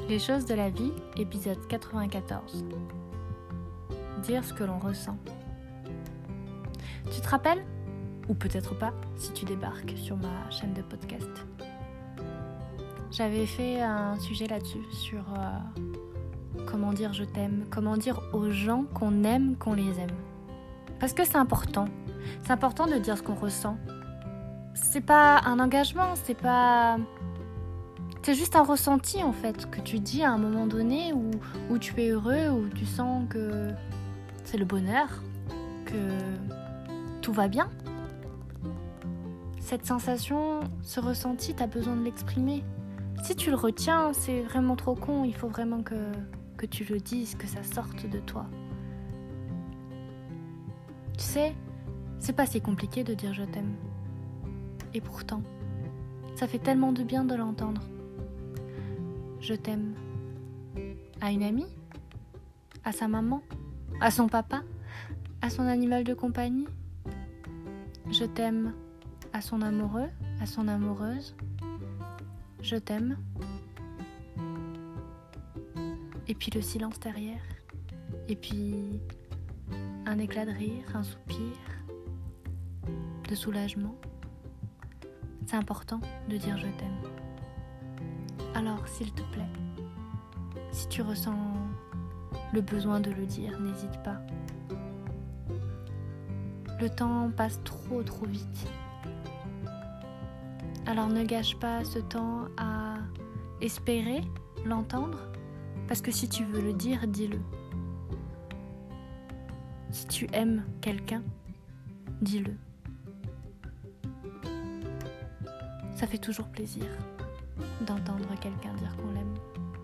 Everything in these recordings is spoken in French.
Les choses de la vie, épisode 94. Dire ce que l'on ressent. Tu te rappelles, ou peut-être pas, si tu débarques sur ma chaîne de podcast. J'avais fait un sujet là-dessus, sur comment dire je t'aime, comment dire aux gens qu'on aime, qu'on les aime. Parce que c'est important. C'est important de dire ce qu'on ressent. C'est pas un engagement, c'est juste un ressenti en fait, que tu dis à un moment donné où tu es heureux, où tu sens que c'est le bonheur, que tout va bien. Cette sensation, ce ressenti, t'as besoin de l'exprimer. Si tu le retiens, c'est vraiment trop con, il faut vraiment que tu le dises, que ça sorte de toi. Tu sais, c'est pas si compliqué de dire je t'aime. Et pourtant, ça fait tellement de bien de l'entendre. Je t'aime à une amie, à sa maman, à son papa, à son animal de compagnie. Je t'aime à son amoureux, à son amoureuse. Je t'aime. Et puis le silence derrière. Et puis un éclat de rire, un soupir, de soulagement. C'est important de dire je t'aime. Alors, s'il te plaît, si tu ressens le besoin de le dire, n'hésite pas. Le temps passe trop vite. Alors ne gâche pas ce temps à espérer l'entendre, parce que si tu veux le dire, dis-le. Si tu aimes quelqu'un, dis-le. Ça fait toujours plaisir d'entendre quelqu'un dire qu'on l'aime.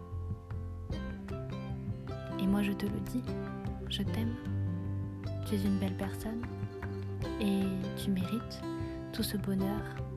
Et moi je te le dis, je t'aime. Tu es une belle personne et tu mérites tout ce bonheur